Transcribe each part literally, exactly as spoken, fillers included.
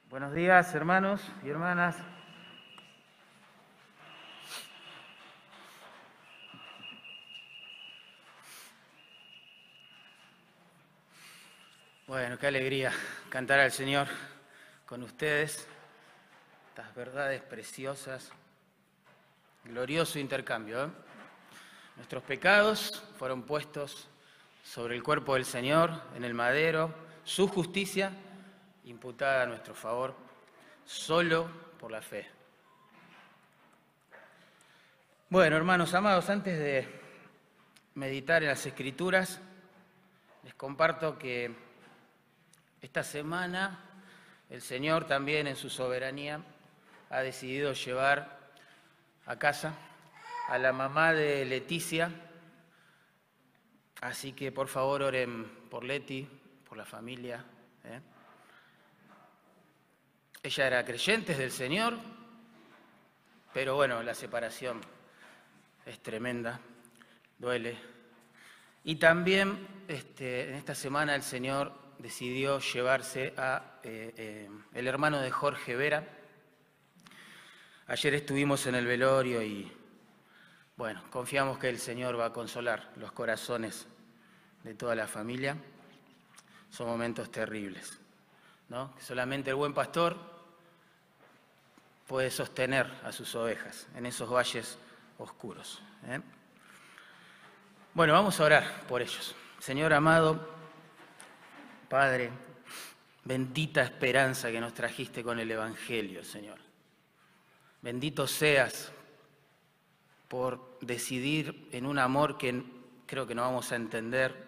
Buenos días, hermanos y hermanas. Bueno, qué alegría cantar al Señor con ustedes. Estas verdades preciosas. Glorioso intercambio, ¿eh? Nuestros pecados fueron puestos sobre el cuerpo del Señor en el madero. Su justicia imputada a nuestro favor solo por la fe. Bueno, hermanos amados, antes de meditar en las Escrituras, les comparto que esta semana el Señor también en su soberanía ha decidido llevar a casa a la mamá de Leticia. Así que por favor oren por Leti, por la familia, ¿eh? Ella era creyente del Señor, pero bueno, la separación es tremenda, duele. Y también este, en esta semana el Señor decidió llevarse a eh, eh, el hermano de Jorge Vera. Ayer estuvimos en el velorio y, bueno, confiamos que el Señor va a consolar los corazones de toda la familia. Son momentos terribles, ¿no? Que solamente el buen pastor puede sostener a sus ovejas en esos valles oscuros, ¿eh? Bueno, vamos a orar por ellos. Señor amado, Padre, bendita esperanza que nos trajiste con el Evangelio, Señor. Bendito seas por decidir en un amor que creo que no vamos a entender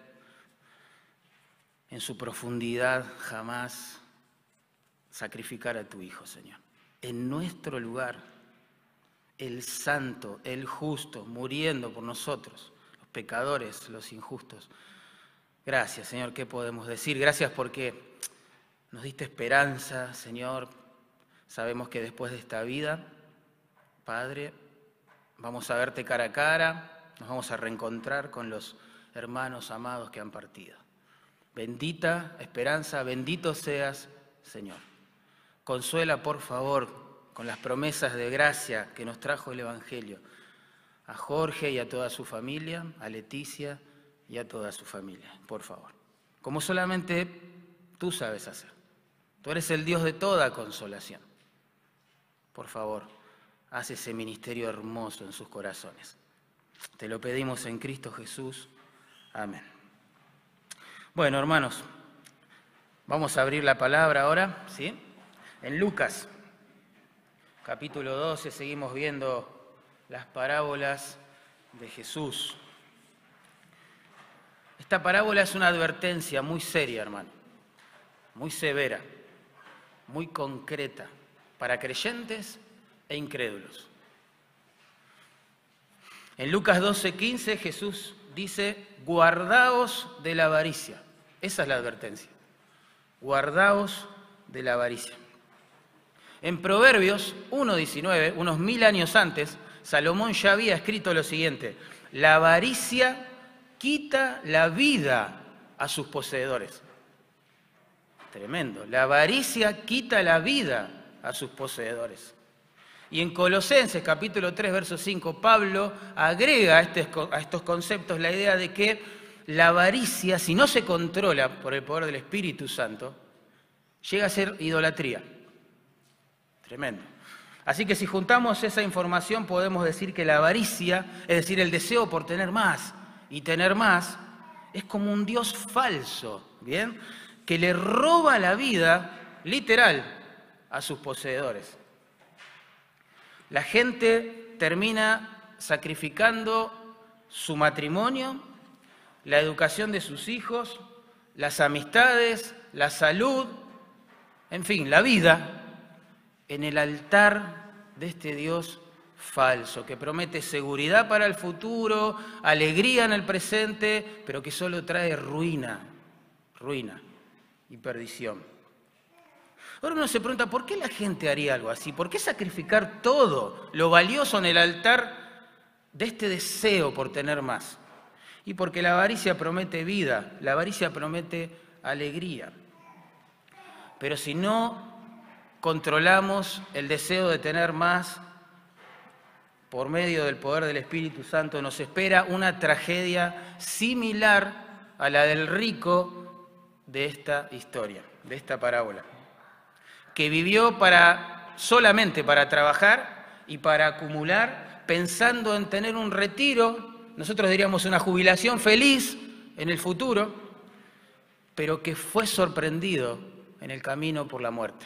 en su profundidad jamás, sacrificar a tu Hijo, Señor. En nuestro lugar, el santo, el justo, muriendo por nosotros, los pecadores, los injustos. Gracias, Señor, ¿qué podemos decir? Gracias porque nos diste esperanza, Señor. Sabemos que después de esta vida, Padre, vamos a verte cara a cara, nos vamos a reencontrar con los hermanos amados que han partido. Bendita esperanza, bendito seas, Señor. Consuela, por favor, con las promesas de gracia que nos trajo el Evangelio, a Jorge y a toda su familia, a Leticia y a toda su familia, por favor. Como solamente tú sabes hacer. Tú eres el Dios de toda consolación. Por favor, haz ese ministerio hermoso en sus corazones. Te lo pedimos en Cristo Jesús. Amén. Bueno, hermanos, vamos a abrir la palabra ahora, ¿sí? En Lucas, capítulo doce, seguimos viendo las parábolas de Jesús. Esta parábola es una advertencia muy seria, hermano, muy severa, muy concreta, para creyentes e incrédulos. En Lucas doce, quince, Jesús dice, guardaos de la avaricia. Esa es la advertencia. Guardaos de la avaricia. En Proverbios uno diecinueve, unos mil años antes, Salomón ya había escrito lo siguiente: la avaricia quita la vida a sus poseedores. Tremendo. La avaricia quita la vida a sus poseedores. Y en Colosenses capítulo tres, verso cinco, Pablo agrega a, este, a estos conceptos la idea de que la avaricia, si no se controla por el poder del Espíritu Santo, llega a ser idolatría. Tremendo. Así que si juntamos esa información podemos decir que la avaricia, es decir, el deseo por tener más y tener más, es como un Dios falso, ¿bien? Que le roba la vida, literal, a sus poseedores. La gente termina sacrificando su matrimonio, la educación de sus hijos, las amistades, la salud, en fin, la vida, en el altar de este Dios falso, que promete seguridad para el futuro, alegría en el presente, pero que solo trae ruina, ruina y perdición. Ahora uno se pregunta, ¿por qué la gente haría algo así? ¿Por qué sacrificar todo lo valioso en el altar de este deseo por tener más? Y porque la avaricia promete vida, la avaricia promete alegría. Pero si no controlamos el deseo de tener más por medio del poder del Espíritu Santo, nos espera una tragedia similar a la del rico de esta historia, de esta parábola, que vivió para, solamente para trabajar y para acumular, pensando en tener un retiro, nosotros diríamos una jubilación feliz en el futuro, pero que fue sorprendido en el camino por la muerte.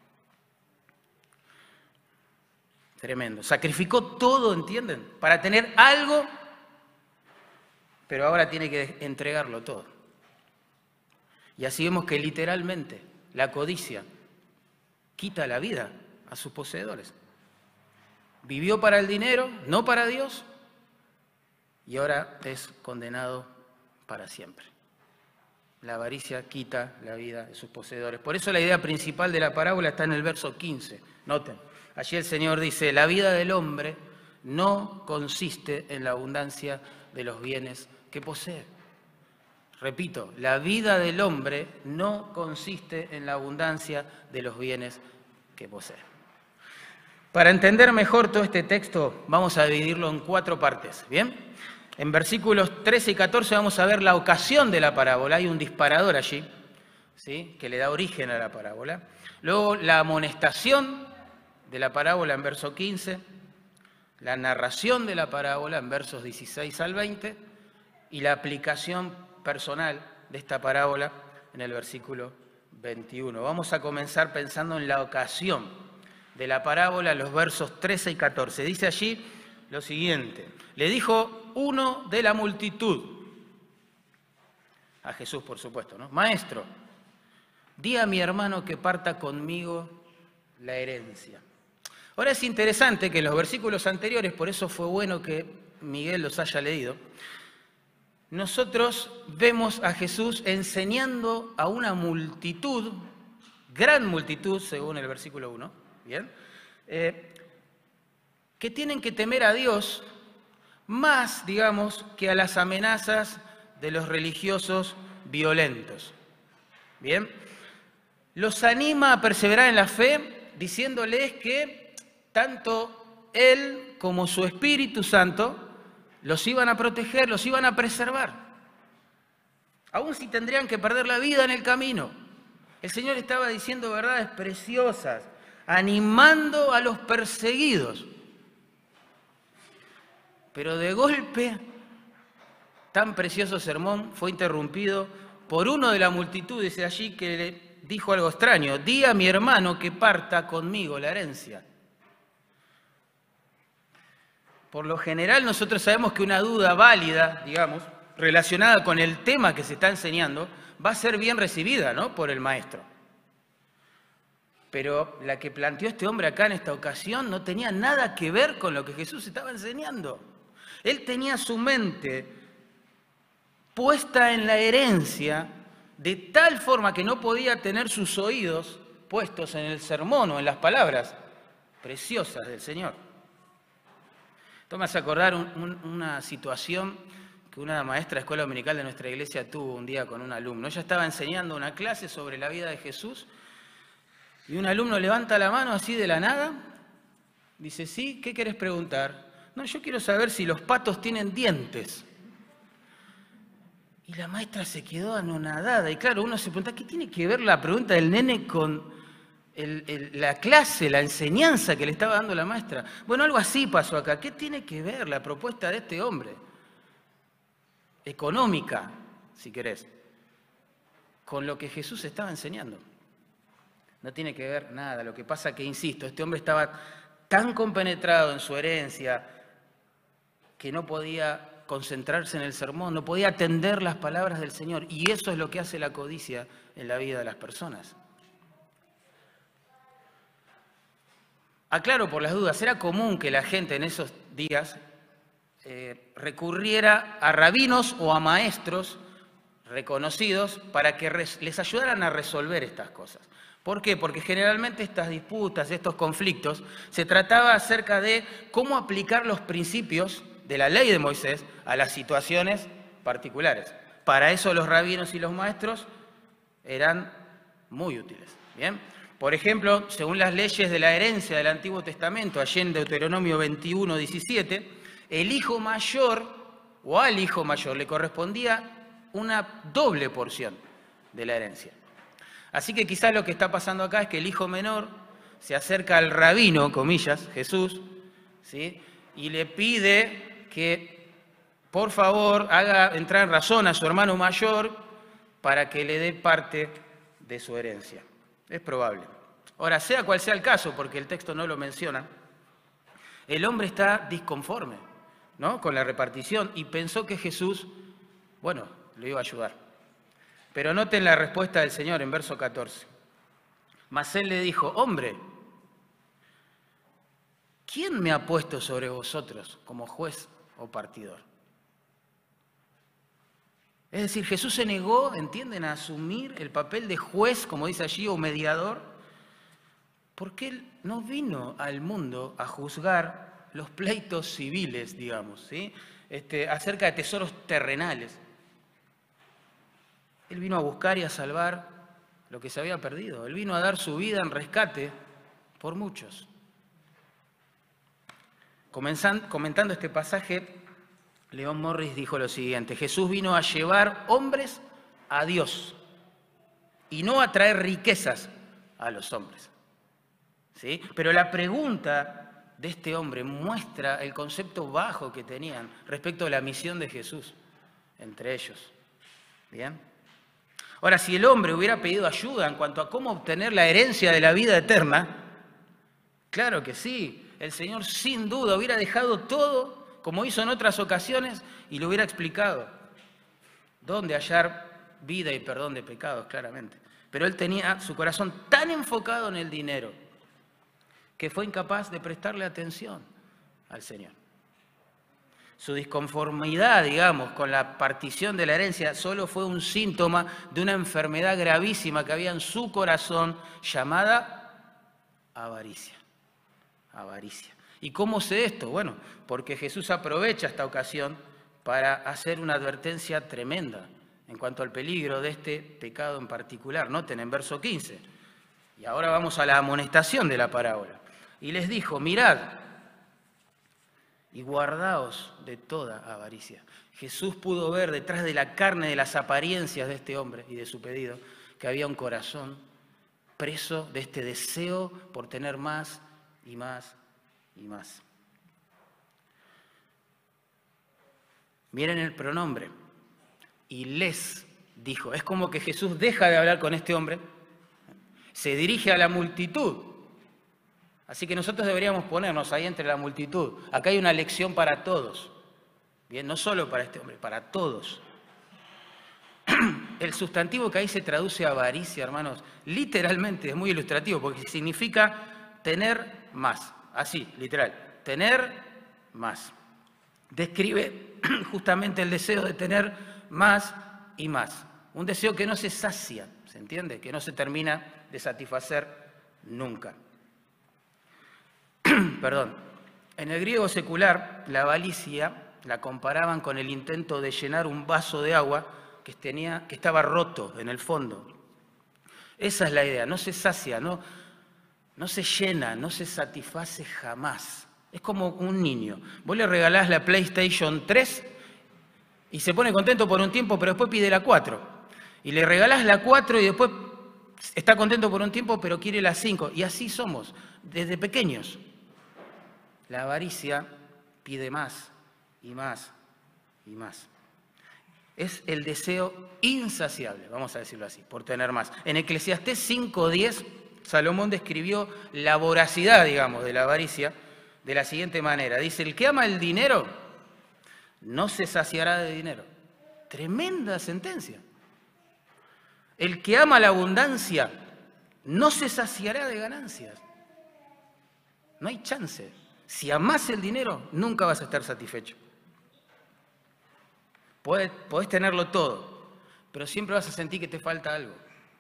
Tremendo. Sacrificó todo, ¿entienden? Para tener algo, pero ahora tiene que entregarlo todo. Y así vemos que literalmente la codicia quita la vida a sus poseedores. Vivió para el dinero, no para Dios, y ahora es condenado para siempre. La avaricia quita la vida de sus poseedores. Por eso la idea principal de la parábola está en el verso quince. Noten, allí el Señor dice, la vida del hombre no consiste en la abundancia de los bienes que posee. Repito, la vida del hombre no consiste en la abundancia de los bienes que posee. Para entender mejor todo este texto, vamos a dividirlo en cuatro partes, ¿bien? En versículos trece y catorce vamos a ver la ocasión de la parábola, hay un disparador allí, ¿sí?, que le da origen a la parábola. Luego la amonestación de la parábola en verso quince, la narración de la parábola en versos dieciséis al veinte y la aplicación personal de esta parábola en el versículo veintiuno. Vamos a comenzar pensando en la ocasión de la parábola, los versos trece y catorce. Dice allí lo siguiente, le dijo uno de la multitud, a Jesús por supuesto, ¿no? Maestro, di a mi hermano que parta conmigo la herencia. Ahora es interesante que en los versículos anteriores, por eso fue bueno que Miguel los haya leído, nosotros vemos a Jesús enseñando a una multitud, gran multitud según el versículo uno, ¿bien? Eh, que tienen que temer a Dios más, digamos, que a las amenazas de los religiosos violentos. ¿Bien? Los anima a perseverar en la fe, diciéndoles que tanto Él como su Espíritu Santo los iban a proteger, los iban a preservar. Aún si tendrían que perder la vida en el camino. El Señor estaba diciendo verdades preciosas, animando a los perseguidos. Pero de golpe, tan precioso sermón fue interrumpido por uno de la multitud, dice allí, que le dijo algo extraño. Di a mi hermano que parta conmigo la herencia. Por lo general nosotros sabemos que una duda válida, digamos, relacionada con el tema que se está enseñando, va a ser bien recibida, ¿no?, por el maestro. Pero la que planteó este hombre acá en esta ocasión no tenía nada que ver con lo que Jesús estaba enseñando. Él tenía su mente puesta en la herencia de tal forma que no podía tener sus oídos puestos en el sermón o en las palabras preciosas del Señor. Esto me hace acordar un, un, una situación que una maestra de escuela dominical de nuestra iglesia tuvo un día con un alumno. Ella estaba enseñando una clase sobre la vida de Jesús y un alumno levanta la mano así de la nada, dice, sí, ¿qué querés preguntar? No, yo quiero saber si los patos tienen dientes. Y la maestra se quedó anonadada. Y claro, uno se pregunta, ¿qué tiene que ver la pregunta del nene con el, el, la clase, la enseñanza que le estaba dando la maestra? Bueno, algo así pasó acá. ¿Qué tiene que ver la propuesta de este hombre? Económica, si querés, con lo que Jesús estaba enseñando. No tiene que ver nada. Lo que pasa que, insisto, este hombre estaba tan compenetrado en su herencia que no podía concentrarse en el sermón, no podía atender las palabras del Señor. Y eso es lo que hace la codicia en la vida de las personas. Aclaro por las dudas, era común que la gente en esos días eh, recurriera a rabinos o a maestros reconocidos para que res, les ayudaran a resolver estas cosas. ¿Por qué? Porque generalmente estas disputas, estos conflictos, se trataba acerca de cómo aplicar los principios de la ley de Moisés a las situaciones particulares. Para eso los rabinos y los maestros eran muy útiles. ¿Bien? Por ejemplo, según las leyes de la herencia del Antiguo Testamento, allí en Deuteronomio veintiuno, diecisiete, el hijo mayor o al hijo mayor le correspondía una doble porción de la herencia. Así que quizás lo que está pasando acá es que el hijo menor se acerca al rabino, comillas, Jesús, ¿sí? Y le pide que, por favor, haga entrar en razón a su hermano mayor para que le dé parte de su herencia. Es probable. Ahora, sea cual sea el caso, porque el texto no lo menciona, el hombre está disconforme, ¿no?, con la repartición y pensó que Jesús, bueno, lo iba a ayudar. Pero noten la respuesta del Señor en verso catorce. Mas él le dijo, hombre, ¿quién me ha puesto sobre vosotros como juez o partidor? Es decir, Jesús se negó, entienden, a asumir el papel de juez, como dice allí, o mediador, porque él no vino al mundo a juzgar los pleitos civiles, digamos, ¿sí? Este, acerca de tesoros terrenales. Él vino a buscar y a salvar lo que se había perdido. Él vino a dar su vida en rescate por muchos. Comentando este pasaje, León Morris dijo lo siguiente: Jesús vino a llevar hombres a Dios y no a traer riquezas a los hombres. ¿Sí? Pero la pregunta de este hombre muestra el concepto bajo que tenían respecto a la misión de Jesús entre ellos. ¿Bien? Ahora, si el hombre hubiera pedido ayuda en cuanto a cómo obtener la herencia de la vida eterna, claro que sí. El Señor sin duda hubiera dejado todo, como hizo en otras ocasiones, y le hubiera explicado dónde hallar vida y perdón de pecados, claramente. Pero él tenía su corazón tan enfocado en el dinero que fue incapaz de prestarle atención al Señor. Su disconformidad, digamos, con la partición de la herencia solo fue un síntoma de una enfermedad gravísima que había en su corazón llamada avaricia. Avaricia. ¿Y cómo sé esto? Bueno, porque Jesús aprovecha esta ocasión para hacer una advertencia tremenda en cuanto al peligro de este pecado en particular. Noten en verso quince. Y ahora vamos a la amonestación de la parábola. Y les dijo, mirad y guardaos de toda avaricia. Jesús pudo ver detrás de la carne, de las apariencias de este hombre y de su pedido, que había un corazón preso de este deseo por tener más y más y más. Miren el pronombre. Y les dijo. Es como que Jesús deja de hablar con este hombre, se dirige a la multitud. Así que nosotros deberíamos ponernos ahí entre la multitud. Acá hay una lección para todos. Bien, no solo para este hombre, para todos. El sustantivo que ahí se traduce a avaricia, hermanos, literalmente es muy ilustrativo porque significa tener más. Así, literal, tener más. Describe justamente el deseo de tener más y más. Un deseo que no se sacia, ¿se entiende? Que no se termina de satisfacer nunca. Perdón. En el griego secular, la avaricia la comparaban con el intento de llenar un vaso de agua que, tenía, que estaba roto en el fondo. Esa es la idea, no se sacia, no, no se llena, no se satisface jamás. Es como un niño. Vos le regalás la PlayStation tres y se pone contento por un tiempo, pero después pide la cuatro. Y le regalás la cuatro y después está contento por un tiempo, pero quiere la cinco. Y así somos, desde pequeños. La avaricia pide más y más y más. Es el deseo insaciable, vamos a decirlo así, por tener más. En Eclesiastés cinco diez, Salomón describió la voracidad, digamos, de la avaricia de la siguiente manera. Dice, el que ama el dinero no se saciará de dinero. Tremenda sentencia. El que ama la abundancia no se saciará de ganancias. No hay chance. Si amás el dinero, nunca vas a estar satisfecho. Podés, podés tenerlo todo, pero siempre vas a sentir que te falta algo.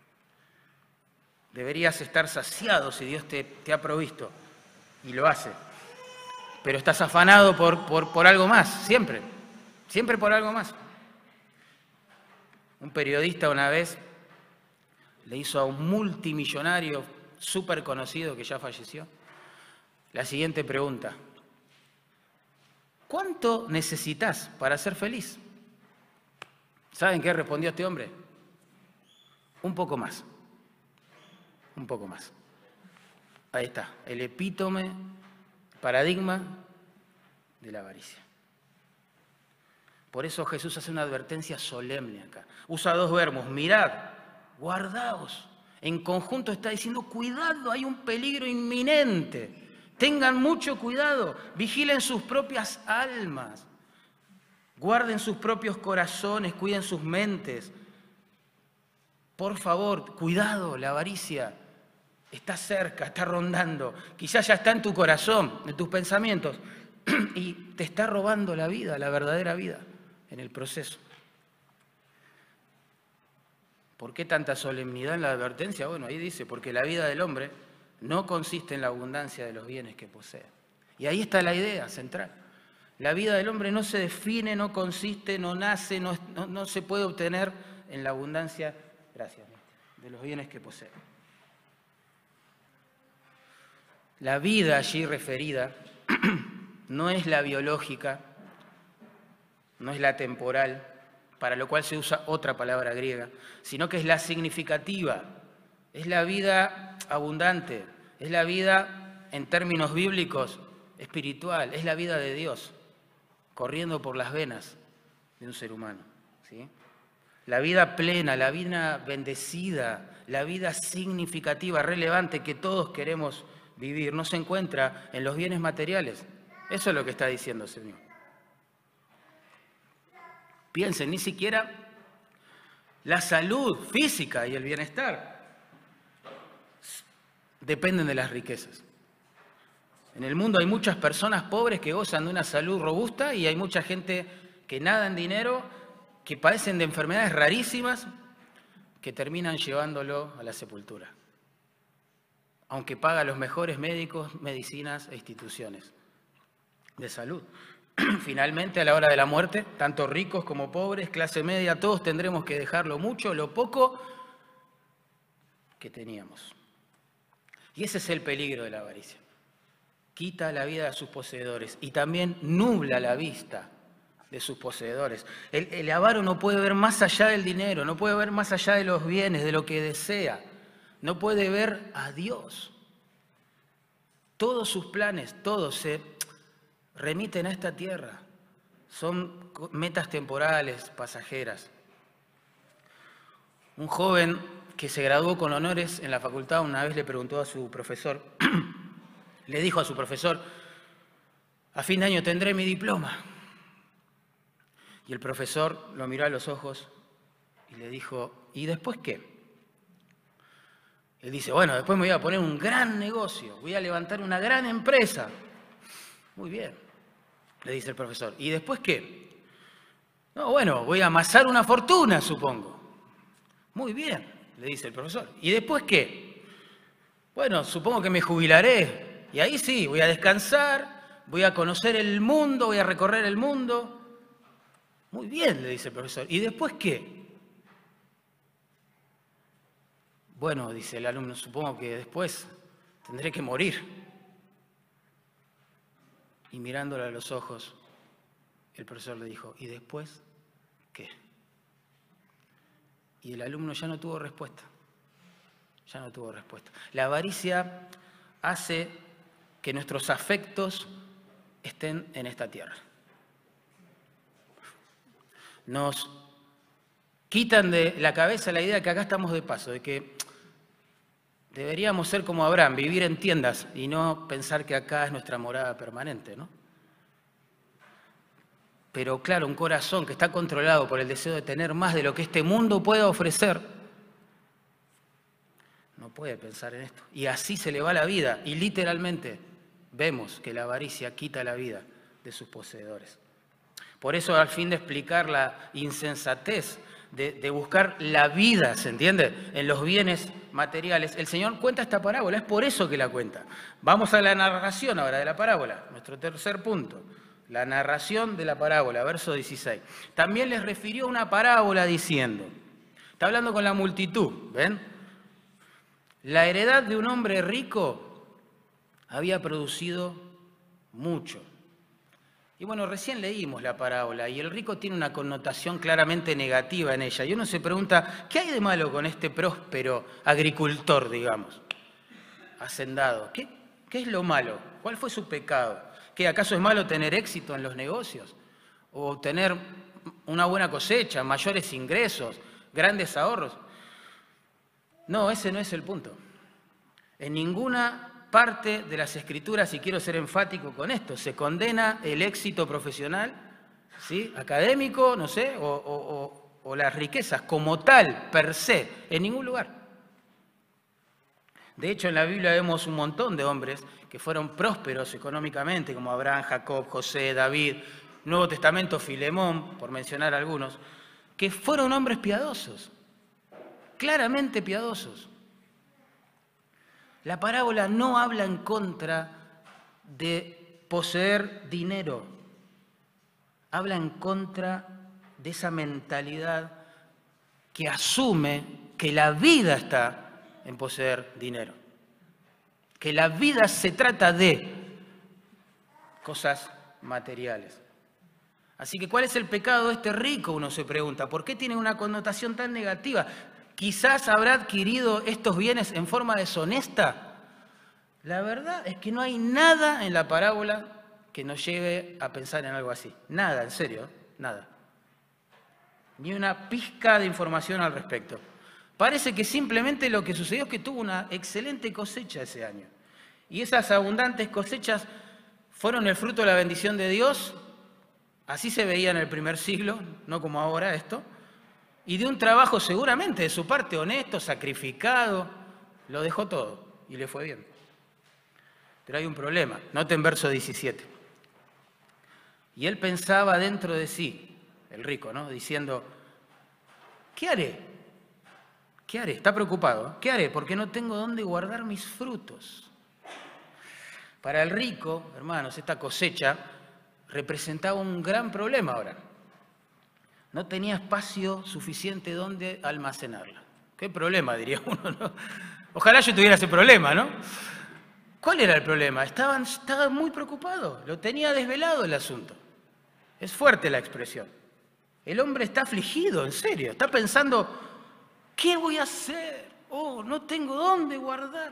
Deberías estar saciado si Dios te, te ha provisto, y lo hace. Pero estás afanado por, por, por algo más, siempre. Siempre por algo más. Un periodista una vez le hizo a un multimillonario súper conocido que ya falleció, la siguiente pregunta: ¿cuánto necesitas para ser feliz? ¿Saben qué respondió este hombre? Un poco más. Un poco más. Ahí está, el epítome, paradigma de la avaricia. Por eso Jesús hace una advertencia solemne acá. Usa dos verbos: mirad, guardaos. En conjunto está diciendo, cuidado, hay un peligro inminente. Tengan mucho cuidado, vigilen sus propias almas, guarden sus propios corazones, cuiden sus mentes. Por favor, cuidado, la avaricia está cerca, está rondando. Quizás ya está en tu corazón, en tus pensamientos, y te está robando la vida, la verdadera vida, en el proceso. ¿Por qué tanta solemnidad en la advertencia? Bueno, ahí dice, porque la vida del hombre no consiste en la abundancia de los bienes que posee. Y ahí está la idea central. La vida del hombre no se define, no consiste, no nace, no, no, no se puede obtener en la abundancia, gracias, de los bienes que posee. La vida allí referida no es la biológica, no es la temporal, para lo cual se usa otra palabra griega, sino que es la significativa, es la vida abundante, es la vida, en términos bíblicos, espiritual, es la vida de Dios, corriendo por las venas de un ser humano, ¿sí? La vida plena, la vida bendecida, la vida significativa, relevante que todos queremos vivir, no se encuentra en los bienes materiales. Eso es lo que está diciendo el Señor. Piensen, ni siquiera la salud física y el bienestar dependen de las riquezas. En el mundo hay muchas personas pobres que gozan de una salud robusta y hay mucha gente que nada en dinero, que padecen de enfermedades rarísimas, que terminan llevándolo a la sepultura, aunque paga los mejores médicos, medicinas e instituciones de salud. Finalmente, a la hora de la muerte, tanto ricos como pobres, clase media, todos tendremos que dejar lo mucho, lo poco que teníamos. Y ese es el peligro de la avaricia. Quita la vida a sus poseedores y también nubla la vista de sus poseedores. El, el avaro no puede ver más allá del dinero, no puede ver más allá de los bienes, de lo que desea. No puede ver a Dios. Todos sus planes, todos se remiten a esta tierra. Son metas temporales, pasajeras. Un joven que se graduó con honores en la facultad una vez le preguntó a su profesor, le dijo a su profesor, a fin de año tendré mi diploma. Y el profesor lo miró a los ojos y le dijo, ¿y después qué? Él dice, bueno, después me voy a poner un gran negocio, voy a levantar una gran empresa. Muy bien, le dice el profesor. ¿Y después qué? No, bueno, voy a amasar una fortuna, supongo. Muy bien, le dice el profesor. ¿Y después qué? Bueno, supongo que me jubilaré. Y ahí sí, voy a descansar, voy a conocer el mundo, voy a recorrer el mundo. Muy bien, le dice el profesor. ¿Y después qué? Bueno, dice el alumno, supongo que después tendré que morir. Y mirándole a los ojos, el profesor le dijo, ¿y después qué? Y el alumno ya no tuvo respuesta. Ya no tuvo respuesta. La avaricia hace que nuestros afectos estén en esta tierra. Nos quitan de la cabeza la idea de que acá estamos de paso, de que deberíamos ser como Abraham, vivir en tiendas y no pensar que acá es nuestra morada permanente, ¿no? Pero claro, un corazón que está controlado por el deseo de tener más de lo que este mundo puede ofrecer, no puede pensar en esto. Y así se le va la vida. Y literalmente vemos que la avaricia quita la vida de sus poseedores. Por eso, al fin de explicar la insensatez de, de buscar la vida, ¿se entiende?, en los bienes materiales, el Señor cuenta esta parábola, es por eso que la cuenta. Vamos a la narración ahora de la parábola, nuestro tercer punto. La narración de la parábola, verso dieciséis. También les refirió una parábola diciendo, está hablando con la multitud, ¿ven? La heredad de un hombre rico había producido mucho. Y bueno, recién leímos la parábola y el rico tiene una connotación claramente negativa en ella. Y uno se pregunta, ¿qué hay de malo con este próspero agricultor, digamos, hacendado? ¿Qué, qué es lo malo? ¿Cuál fue su pecado? ¿Qué, acaso es malo tener éxito en los negocios? ¿O tener una buena cosecha, mayores ingresos, grandes ahorros? No, ese no es el punto. En ninguna parte de las Escrituras, y quiero ser enfático con esto, se condena el éxito profesional, ¿sí?, académico, no sé, o, o, o, o las riquezas como tal, per se, en ningún lugar. De hecho, en la Biblia vemos un montón de hombres que fueron prósperos económicamente, como Abraham, Jacob, José, David, Nuevo Testamento, Filemón, por mencionar algunos, que fueron hombres piadosos, claramente piadosos. La parábola no habla en contra de poseer dinero, habla en contra de esa mentalidad que asume que la vida está en poseer dinero, que la vida se trata de cosas materiales. Así que, ¿cuál es el pecado de este rico?, uno se pregunta. ¿Por qué tiene una connotación tan negativa? Quizás habrá adquirido estos bienes en forma deshonesta. La verdad es que no hay nada en la parábola que nos lleve a pensar en algo así. Nada, en serio, nada. Ni una pizca de información al respecto. Parece que simplemente lo que sucedió es que tuvo una excelente cosecha ese año. Y esas abundantes cosechas fueron el fruto de la bendición de Dios. Así se veía en el primer siglo, no como ahora esto. Y de un trabajo seguramente de su parte honesto, sacrificado, lo dejó todo y le fue bien. Pero hay un problema, noten verso diecisiete. Y él pensaba dentro de sí, el rico, ¿no?, diciendo, ¿qué haré? ¿Qué haré? Está preocupado. ¿Qué haré? Porque no tengo dónde guardar mis frutos. Para el rico, hermanos, esta cosecha representaba un gran problema ahora. No tenía espacio suficiente donde almacenarla. ¿Qué problema, diría uno, ¿no? Ojalá yo tuviera ese problema, ¿no? ¿Cuál era el problema? Estaban, estaban muy preocupados, lo tenía desvelado el asunto. Es fuerte la expresión. El hombre está afligido, en serio, está pensando, ¿qué voy a hacer? Oh, no tengo dónde guardar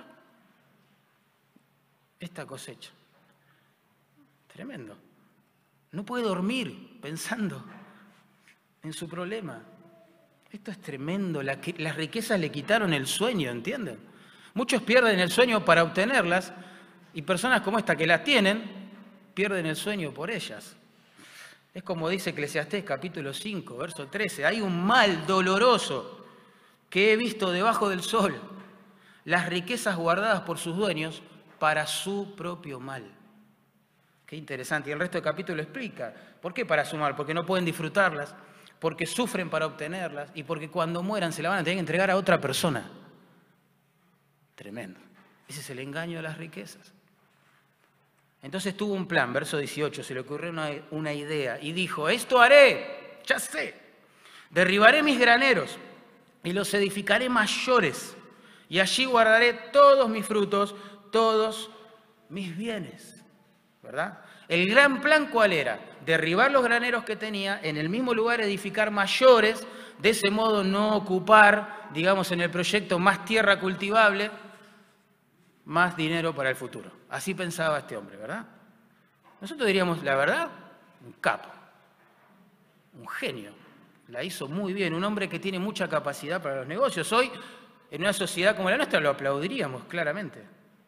esta cosecha. Tremendo. No puede dormir pensando en su problema. Esto es tremendo. La, las riquezas le quitaron el sueño, ¿entienden? Muchos pierden el sueño para obtenerlas y personas como esta que las tienen pierden el sueño por ellas. Es como dice Eclesiastés capítulo cinco, verso trece. Hay un mal doloroso que he visto debajo del sol, las riquezas guardadas por sus dueños para su propio mal. Qué interesante. Y el resto del capítulo explica. ¿Por qué para su mal? Porque no pueden disfrutarlas, porque sufren para obtenerlas y porque cuando mueran se la van a tener que entregar a otra persona. Tremendo. Ese es el engaño de las riquezas. Entonces tuvo un plan, verso dieciocho, se le ocurrió una, una idea y dijo, esto haré, ya sé, derribaré mis graneros y los edificaré mayores y allí guardaré todos mis frutos, todos mis bienes. ¿Verdad? El gran plan, ¿cuál era? Derribar los graneros que tenía, en el mismo lugar edificar mayores, de ese modo no ocupar, digamos, en el proyecto más tierra cultivable, más dinero para el futuro. Así pensaba este hombre, ¿verdad? Nosotros diríamos, la verdad, un capo, un genio. La hizo muy bien, un hombre que tiene mucha capacidad para los negocios. Hoy, en una sociedad como la nuestra, lo aplaudiríamos claramente.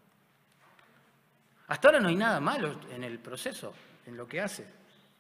Hasta ahora no hay nada malo en el proceso, en lo que hace.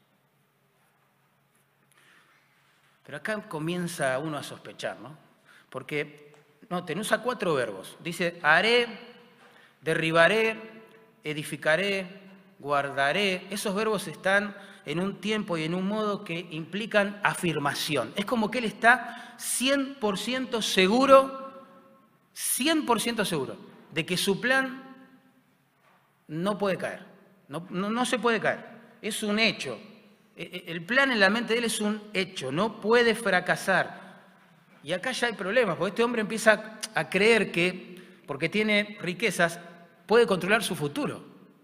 Pero acá comienza uno a sospechar, ¿no? Porque, noten, usa cuatro verbos. Dice, haré, derribaré, edificaré, guardaré. Esos verbos están en un tiempo y en un modo que implican afirmación. Es como que él está cien por ciento seguro, cien por ciento seguro de que su plan no puede caer, no, no, no se puede caer, es un hecho. El plan en la mente de él es un hecho, no puede fracasar. Y acá ya hay problemas, porque este hombre empieza a creer que porque tiene riquezas, puede controlar su futuro.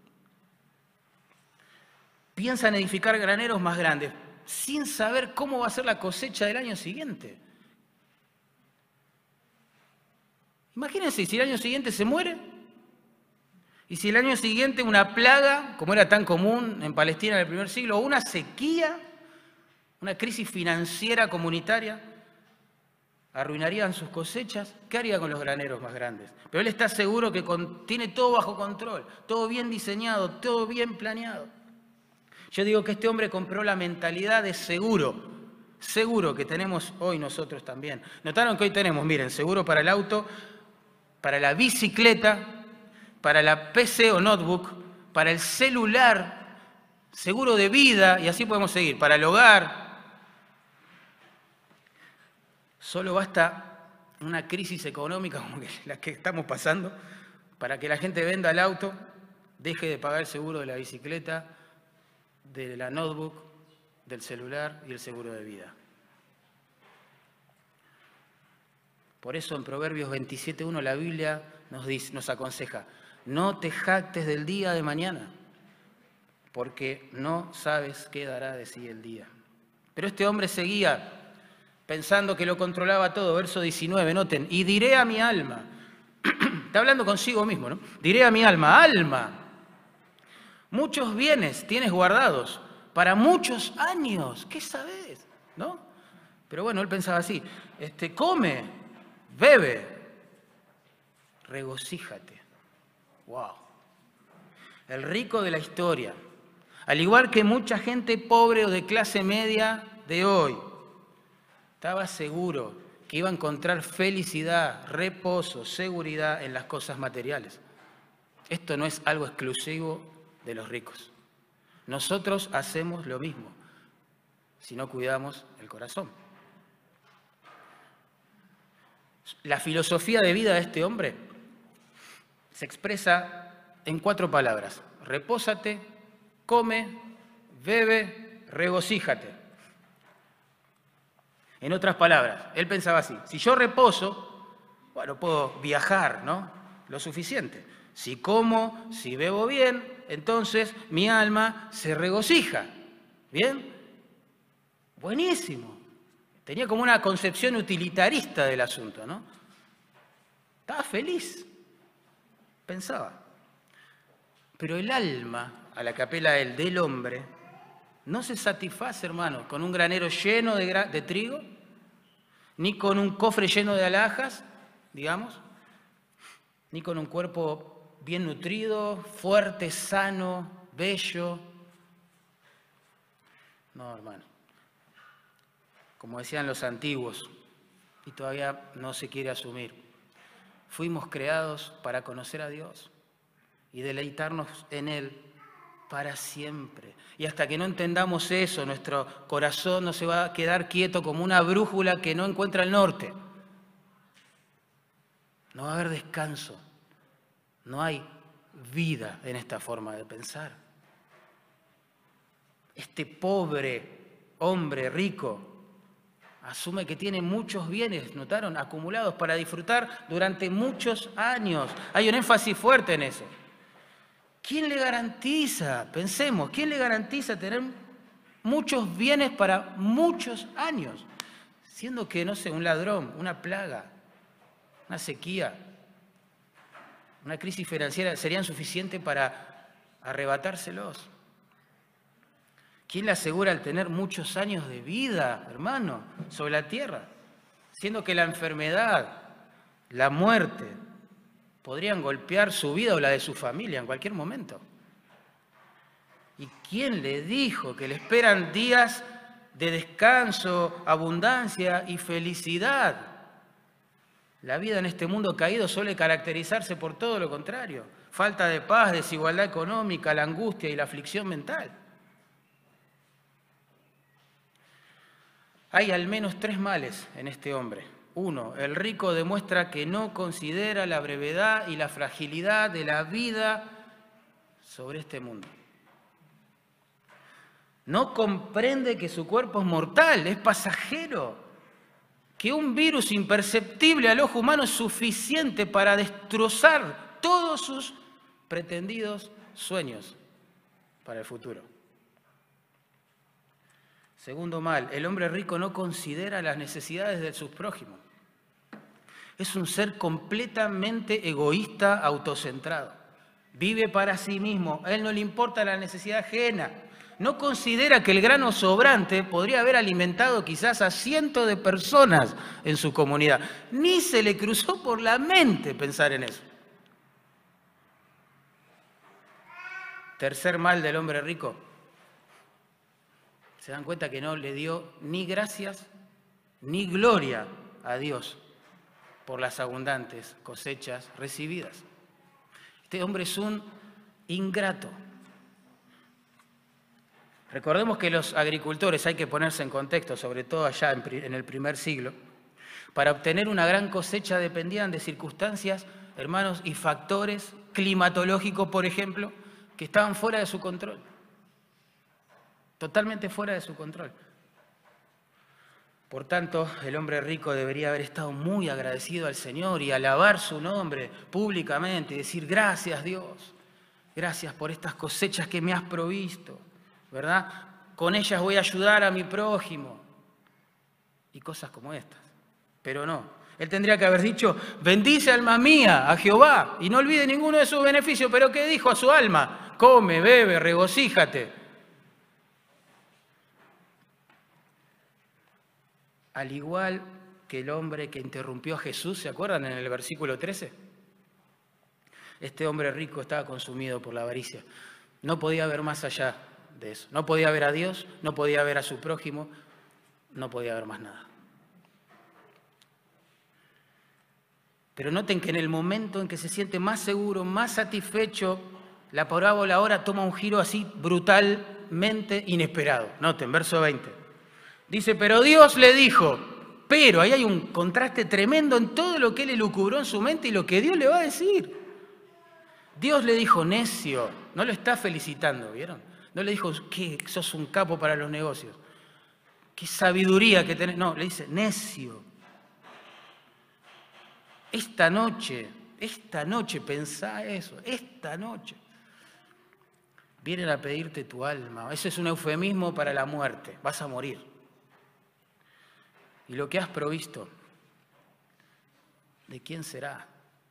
Piensa en edificar graneros más grandes, sin saber cómo va a ser la cosecha del año siguiente. Imagínense, si el año siguiente se muere, y si el año siguiente una plaga, como era tan común en Palestina en el primer siglo, o una sequía, una crisis financiera comunitaria, arruinarían sus cosechas, ¿qué haría con los graneros más grandes? Pero él está seguro que con, tiene todo bajo control, todo bien diseñado, todo bien planeado. Yo digo que este hombre compró la mentalidad de seguro, seguro que tenemos hoy nosotros también. Notaron que hoy tenemos, miren, seguro para el auto, para la bicicleta, para la P C o notebook, para el celular, seguro de vida, y así podemos seguir, para el hogar. Solo basta una crisis económica como la que estamos pasando para que la gente venda el auto, deje de pagar el seguro de la bicicleta, de la notebook, del celular y el seguro de vida. Por eso en Proverbios veintisiete uno la Biblia nos dice, nos aconseja, no te jactes del día de mañana, porque no sabes qué dará de sí el día. Pero este hombre seguía pensando que lo controlaba todo. Verso diecinueve, noten, y diré a mi alma, está hablando consigo mismo, ¿no? Diré a mi alma, alma, muchos bienes tienes guardados para muchos años, ¿qué sabes? ¿No? Pero bueno, él pensaba así, este, come, bebe, regocíjate. Wow. El rico de la historia, al igual que mucha gente pobre o de clase media de hoy, estaba seguro que iba a encontrar felicidad, reposo, seguridad en las cosas materiales. Esto no es algo exclusivo de los ricos. Nosotros hacemos lo mismo si no cuidamos el corazón. La filosofía de vida de este hombre se expresa en cuatro palabras. Repósate, come, bebe, regocíjate. En otras palabras, él pensaba así, si yo reposo, bueno, puedo viajar, ¿no? Lo suficiente. Si como, si bebo bien, entonces mi alma se regocija. ¿Bien? Buenísimo. Tenía como una concepción utilitarista del asunto, ¿no? Estaba feliz, pensaba. Pero el alma, a la que apela él, del hombre, no se satisface, hermano, con un granero lleno de, gra de trigo, ni con un cofre lleno de alhajas, digamos, ni con un cuerpo bien nutrido, fuerte, sano, bello. No, hermano. Como decían los antiguos, y todavía no se quiere asumir, fuimos creados para conocer a Dios y deleitarnos en Él para siempre. Y hasta que no entendamos eso, nuestro corazón no se va a quedar quieto como una brújula que no encuentra el norte. No va a haber descanso. No hay vida en esta forma de pensar. Este pobre hombre rico asume que tiene muchos bienes, ¿notaron? Acumulados para disfrutar durante muchos años. Hay un énfasis fuerte en eso. ¿Quién le garantiza? Pensemos, ¿quién le garantiza tener muchos bienes para muchos años? Siendo que, no sé, un ladrón, una plaga, una sequía, una crisis financiera serían suficientes para arrebatárselos. ¿Quién le asegura el tener muchos años de vida, hermano, sobre la tierra? Siendo que la enfermedad, la muerte, podrían golpear su vida o la de su familia en cualquier momento. ¿Y quién le dijo que le esperan días de descanso, abundancia y felicidad? La vida en este mundo caído suele caracterizarse por todo lo contrario. Falta de paz, desigualdad económica, la angustia y la aflicción mental. Hay al menos tres males en este hombre. Uno, el rico demuestra que no considera la brevedad y la fragilidad de la vida sobre este mundo. No comprende que su cuerpo es mortal, es pasajero. que un virus imperceptible al ojo humano es suficiente para destrozar todos sus pretendidos sueños para el futuro. Segundo mal, el hombre rico no considera las necesidades de sus prójimos. Es un ser completamente egoísta, autocentrado. Vive para sí mismo, a él no le importa la necesidad ajena. No considera que el grano sobrante podría haber alimentado quizás a cientos de personas en su comunidad. Ni se le cruzó por la mente pensar en eso. Tercer mal del hombre rico. Se dan cuenta que no le dio ni gracias ni gloria a Dios por las abundantes cosechas recibidas. Este hombre es un ingrato. Recordemos que los agricultores, hay que ponerse en contexto, sobre todo allá en el primer siglo, para obtener una gran cosecha dependían de circunstancias, hermanos, y factores climatológicos, por ejemplo, que estaban fuera de su control. Totalmente fuera de su control. Por tanto, el hombre rico debería haber estado muy agradecido al Señor y alabar su nombre públicamente y decir, gracias Dios, gracias por estas cosechas que me has provisto, ¿verdad? Con ellas voy a ayudar a mi prójimo. Y cosas como estas. Pero no. Él tendría que haber dicho, bendice alma mía a Jehová y no olvide ninguno de sus beneficios. Pero ¿qué dijo a su alma? Come, bebe, regocíjate. Al igual que el hombre que interrumpió a Jesús, ¿se acuerdan en el versículo trece? Este hombre rico estaba consumido por la avaricia. No podía ver más allá de eso. No podía ver a Dios, no podía ver a su prójimo, no podía ver más nada. Pero noten que en el momento en que se siente más seguro, más satisfecho, la parábola ahora toma un giro así brutalmente inesperado. Noten, verso veinte. Dice, pero Dios le dijo, pero ahí hay un contraste tremendo en todo lo que él elucubró en su mente y lo que Dios le va a decir. Dios le dijo, necio, no lo está felicitando, ¿vieron? No le dijo, que sos un capo para los negocios. Qué sabiduría que tenés. No, le dice, necio. Esta noche, esta noche, pensá eso, esta noche. Vienen a pedirte tu alma. Eso es un eufemismo para la muerte. Vas a morir. Y lo que has provisto, ¿de quién será?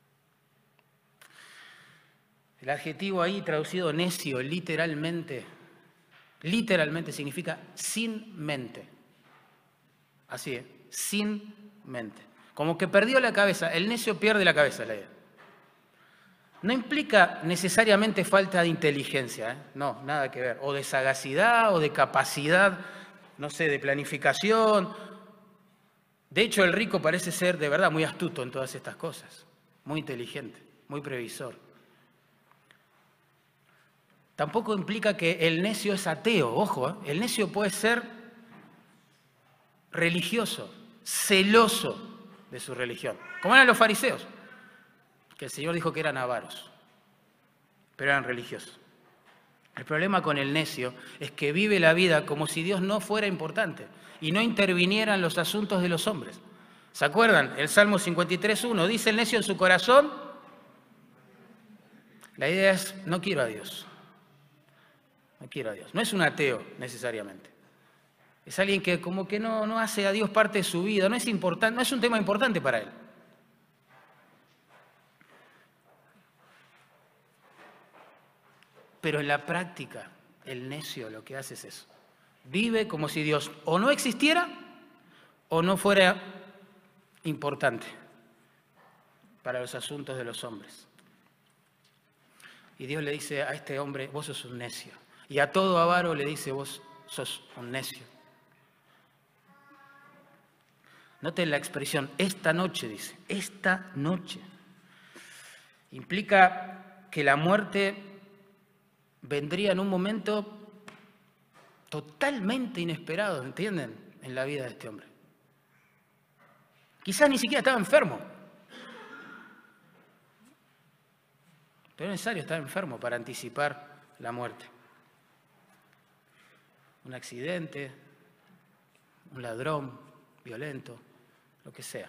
El adjetivo ahí traducido necio, literalmente, literalmente significa sin mente. Así es, sin mente. Como que perdió la cabeza, el necio pierde la cabeza, la idea. No implica necesariamente falta de inteligencia, ¿eh? No, nada que ver. O de sagacidad, o de capacidad, no sé, de planificación. De hecho, el rico parece ser de verdad muy astuto en todas estas cosas, muy inteligente, muy previsor. Tampoco implica que el necio es ateo, ojo, ¿eh? El necio puede ser religioso, celoso de su religión, como eran los fariseos, que el Señor dijo que eran avaros, pero eran religiosos. El problema con el necio es que vive la vida como si Dios no fuera importante y no interviniera en los asuntos de los hombres. ¿Se acuerdan? El Salmo cincuenta y tres, uno, dice el necio en su corazón, la idea es, no quiero a Dios, no quiero a Dios. No es un ateo necesariamente. Es alguien que como que no, no hace a Dios parte de su vida, no es importante, no es un tema importante para él. Pero en la práctica, el necio lo que hace es eso. Vive como si Dios o no existiera o no fuera importante para los asuntos de los hombres. Y Dios le dice a este hombre, vos sos un necio. Y a todo avaro le dice, vos sos un necio. Noten la expresión, esta noche, dice, esta noche. Implica que la muerte vendría en un momento totalmente inesperado, ¿entienden? En la vida de este hombre. Quizás ni siquiera estaba enfermo. Pero es necesario estar enfermo para anticipar la muerte. Un accidente, un ladrón violento, lo que sea.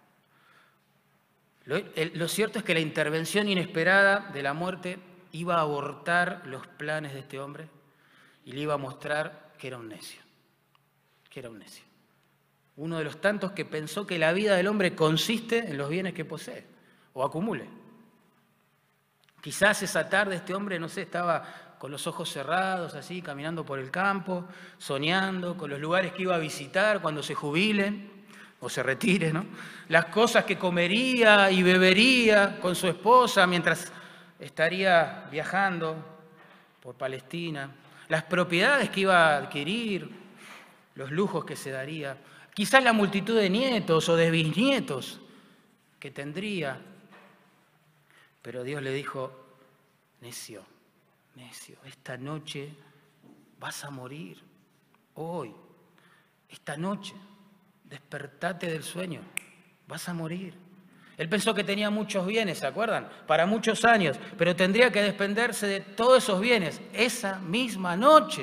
Lo, el, lo cierto es que la intervención inesperada de la muerte iba a abortar los planes de este hombre y le iba a mostrar que era un necio, que era un necio. Uno de los tantos que pensó que la vida del hombre consiste en los bienes que posee o acumule. Quizás esa tarde este hombre, no sé, estaba con los ojos cerrados, así, caminando por el campo, soñando con los lugares que iba a visitar cuando se jubile o se retire, ¿no? Las cosas que comería y bebería con su esposa mientras estaría viajando por Palestina, las propiedades que iba a adquirir, los lujos que se daría, quizás la multitud de nietos o de bisnietos que tendría. Pero Dios le dijo, necio, necio, esta noche vas a morir, hoy, esta noche, despertate del sueño, vas a morir. Él pensó que tenía muchos bienes, ¿se acuerdan? Para muchos años, pero tendría que desprenderse de todos esos bienes esa misma noche.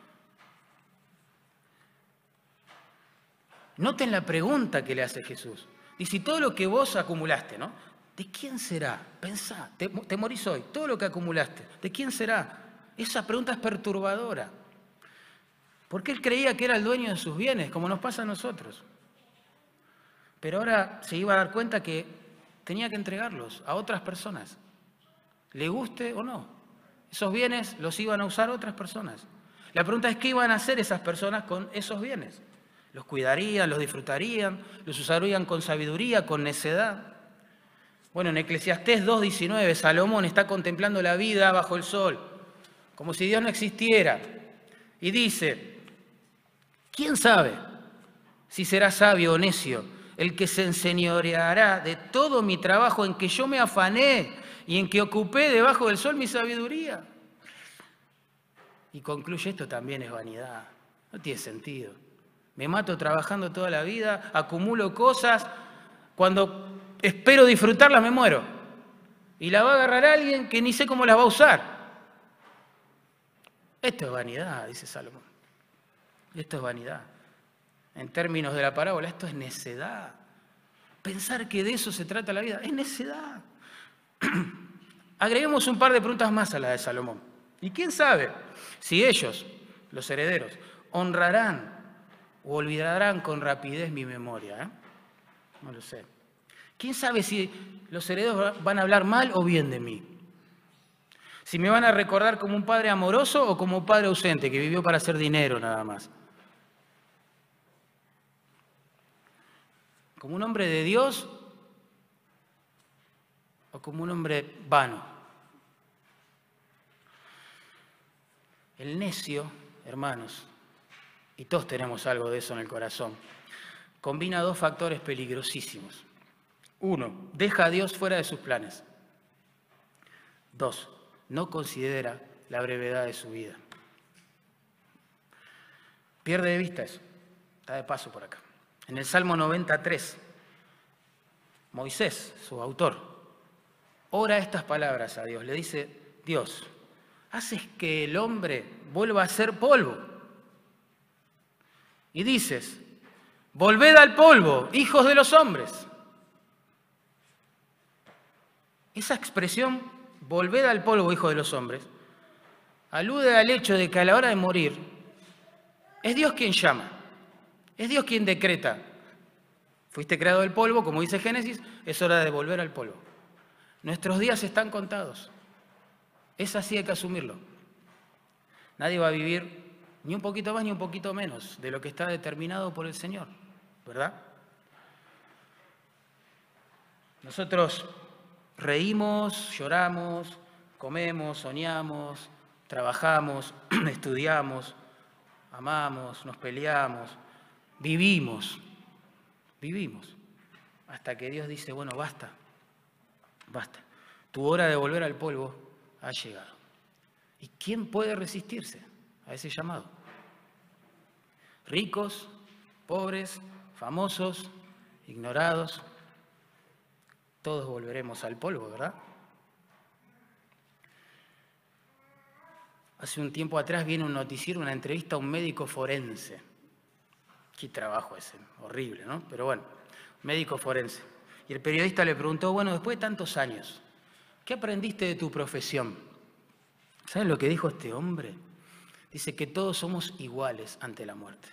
Noten la pregunta que le hace Jesús. Dice, todo lo que vos acumulaste, ¿no? ¿De quién será? Pensá, te, te morís hoy, todo lo que acumulaste, ¿de quién será? Esa pregunta es perturbadora. Porque él creía que era el dueño de sus bienes, como nos pasa a nosotros. Pero ahora se iba a dar cuenta que tenía que entregarlos a otras personas, le guste o no. Esos bienes los iban a usar otras personas. La pregunta es, ¿qué iban a hacer esas personas con esos bienes? ¿Los cuidarían, los disfrutarían, los usarían con sabiduría, con necedad? Bueno, en Eclesiastés dos diecinueve, Salomón está contemplando la vida bajo el sol, como si Dios no existiera. Y dice, ¿quién sabe si será sabio o necio el que se enseñoreará de todo mi trabajo en que yo me afané y en que ocupé debajo del sol mi sabiduría? Y concluye, esto también es vanidad, no tiene sentido. Me mato trabajando toda la vida, acumulo cosas, cuando espero disfrutarlas me muero. Y la va a agarrar alguien que ni sé cómo las va a usar. Esto es vanidad, dice Salomón. Esto es vanidad. En términos de la parábola, esto es necedad. Pensar que de eso se trata la vida es necedad. Agreguemos un par de preguntas más a la de Salomón. ¿Y quién sabe si ellos, los herederos, honrarán o olvidarán con rapidez mi memoria? ¿eh? No lo sé. ¿Quién sabe si los herederos van a hablar mal o bien de mí? Si me van a recordar como un padre amoroso o como un padre ausente que vivió para hacer dinero nada más. ¿Como un hombre de Dios o como un hombre vano? El necio, hermanos, y todos tenemos algo de eso en el corazón, combina dos factores peligrosísimos. Uno, deja a Dios fuera de sus planes. Dos, no considera la brevedad de su vida. Pierde de vista eso. Está de paso por acá. En el Salmo noventa y tres, Moisés, su autor, ora estas palabras a Dios. Le dice, Dios, haces que el hombre vuelva a ser polvo. Y dices, volved al polvo, hijos de los hombres. Esa expresión, volved al polvo, hijos de los hombres, alude al hecho de que a la hora de morir, es Dios quien llama, es Dios quien decreta. Fuiste creado del polvo, como dice Génesis, es hora de volver al polvo. Nuestros días están contados. Es así, hay que asumirlo. Nadie va a vivir ni un poquito más ni un poquito menos de lo que está determinado por el Señor, ¿verdad? Nosotros reímos, lloramos, comemos, soñamos, trabajamos, estudiamos, amamos, nos peleamos, vivimos, vivimos, hasta que Dios dice, bueno, basta, basta, tu hora de volver al polvo ha llegado. ¿Y quién puede resistirse a ese llamado? Ricos, pobres, famosos, ignorados, todos volveremos al polvo, ¿verdad? Hace un tiempo atrás viene un noticiero, una entrevista a un médico forense. Qué trabajo ese, horrible, ¿no? Pero bueno, médico forense. Y el periodista le preguntó, bueno, después de tantos años, ¿qué aprendiste de tu profesión? ¿Saben lo que dijo este hombre? Dice que todos somos iguales ante la muerte.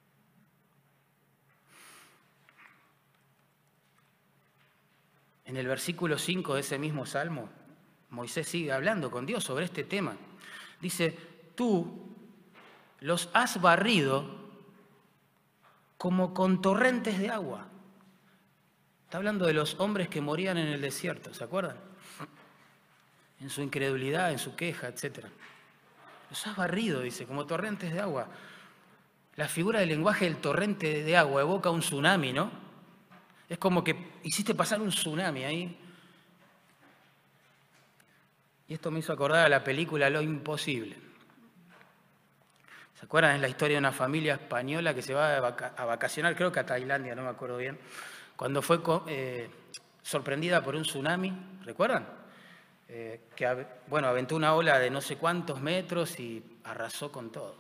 En el versículo cinco de ese mismo salmo, Moisés sigue hablando con Dios sobre este tema. Dice, tú los has barrido como con torrentes de agua. Está hablando de los hombres que morían en el desierto, ¿se acuerdan? En su incredulidad, en su queja, etcétera. Los has barrido, dice, como torrentes de agua. La figura del lenguaje del torrente de agua evoca un tsunami, ¿no? Es como que hiciste pasar un tsunami ahí. Y esto me hizo acordar a la película Lo Imposible. ¿Se acuerdan? Es la historia de una familia española que se va a, vaca a vacacionar, creo que a Tailandia, no me acuerdo bien, cuando fue eh, sorprendida por un tsunami, ¿recuerdan? Eh, que, bueno, aventó una ola de no sé cuántos metros y arrasó con todo.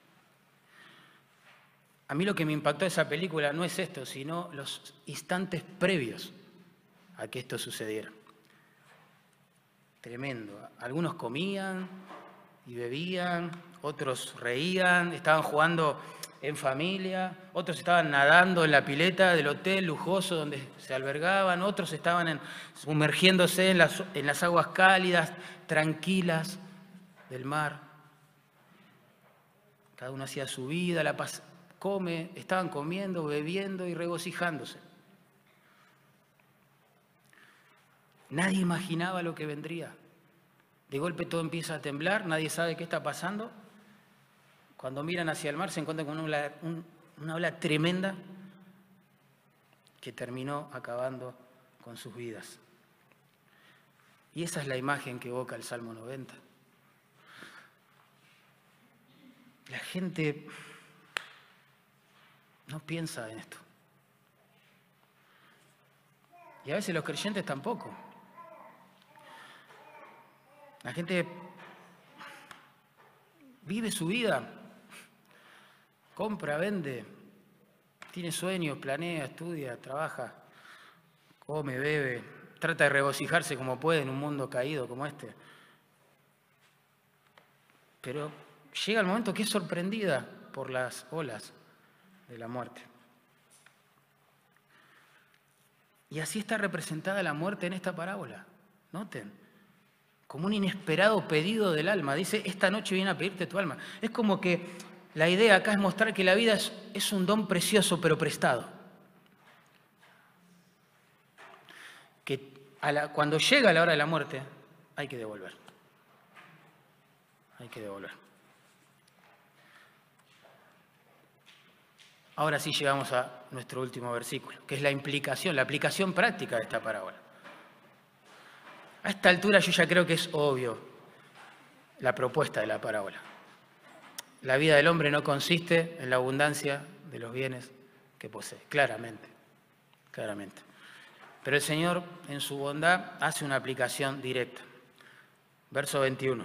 A mí lo que me impactó de esa película no es esto, sino los instantes previos a que esto sucediera. Tremendo. Algunos comían y bebían, otros reían, estaban jugando en familia, otros estaban nadando en la pileta del hotel lujoso donde se albergaban, otros estaban en, sumergiéndose en las, en las aguas cálidas, tranquilas del mar. Cada uno hacía su vida, la paz. Come, estaban comiendo, bebiendo y regocijándose. Nadie imaginaba lo que vendría. De golpe todo empieza a temblar, nadie sabe qué está pasando. Cuando miran hacia el mar se encuentran con una ola, un, una ola tremenda que terminó acabando con sus vidas. Y esa es la imagen que evoca el Salmo noventa. La gente no piensa en esto. Y a veces los creyentes tampoco. La gente vive su vida, compra, vende, tiene sueños, planea, estudia, trabaja, come, bebe, trata de regocijarse como puede en un mundo caído como este. Pero llega el momento que es sorprendida por las olas de la muerte. Y así está representada la muerte en esta parábola. Noten, como un inesperado pedido del alma. Dice, esta noche viene a pedirte tu alma. Es como que la idea acá es mostrar que la vida es, es un don precioso, pero prestado. Que a la, cuando llega la hora de la muerte, hay que devolver. Hay que devolver. Ahora sí llegamos a nuestro último versículo, que es la implicación, la aplicación práctica de esta parábola. A esta altura yo ya creo que es obvio la propuesta de la parábola. La vida del hombre no consiste en la abundancia de los bienes que posee, claramente, claramente. Pero el Señor, en su bondad, hace una aplicación directa. Verso veintiuno.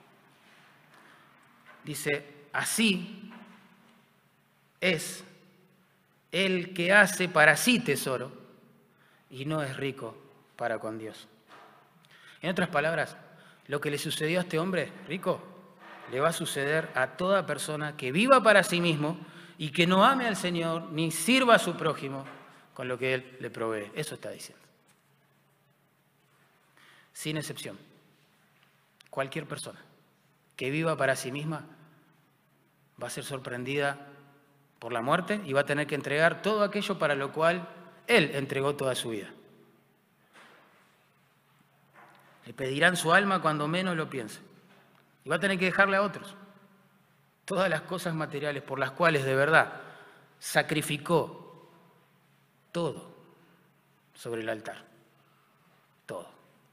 Dice, así es el que hace para sí tesoro y no es rico para con Dios. En otras palabras, lo que le sucedió a este hombre rico le va a suceder a toda persona que viva para sí mismo y que no ame al Señor ni sirva a su prójimo con lo que Él le provee. Eso está diciendo. Sin excepción. Cualquier persona que viva para sí misma va a ser sorprendida por la muerte y va a tener que entregar todo aquello para lo cual Él entregó toda su vida. Le pedirán su alma cuando menos lo piense. Y va a tener que dejarle a otros todas las cosas materiales por las cuales de verdad sacrificó todo sobre el altar. Todo.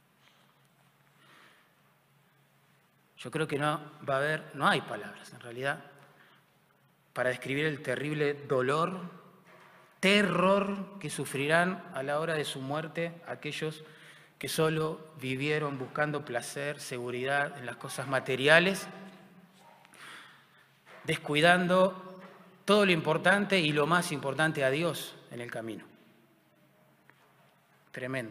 Yo creo que no va a haber, no hay palabras en realidad para describir el terrible dolor, terror que sufrirán a la hora de su muerte aquellos que solo vivieron buscando placer, seguridad en las cosas materiales, descuidando todo lo importante y lo más importante a Dios en el camino. Tremendo.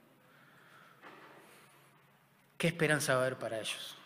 ¿Qué esperanza va a haber para ellos?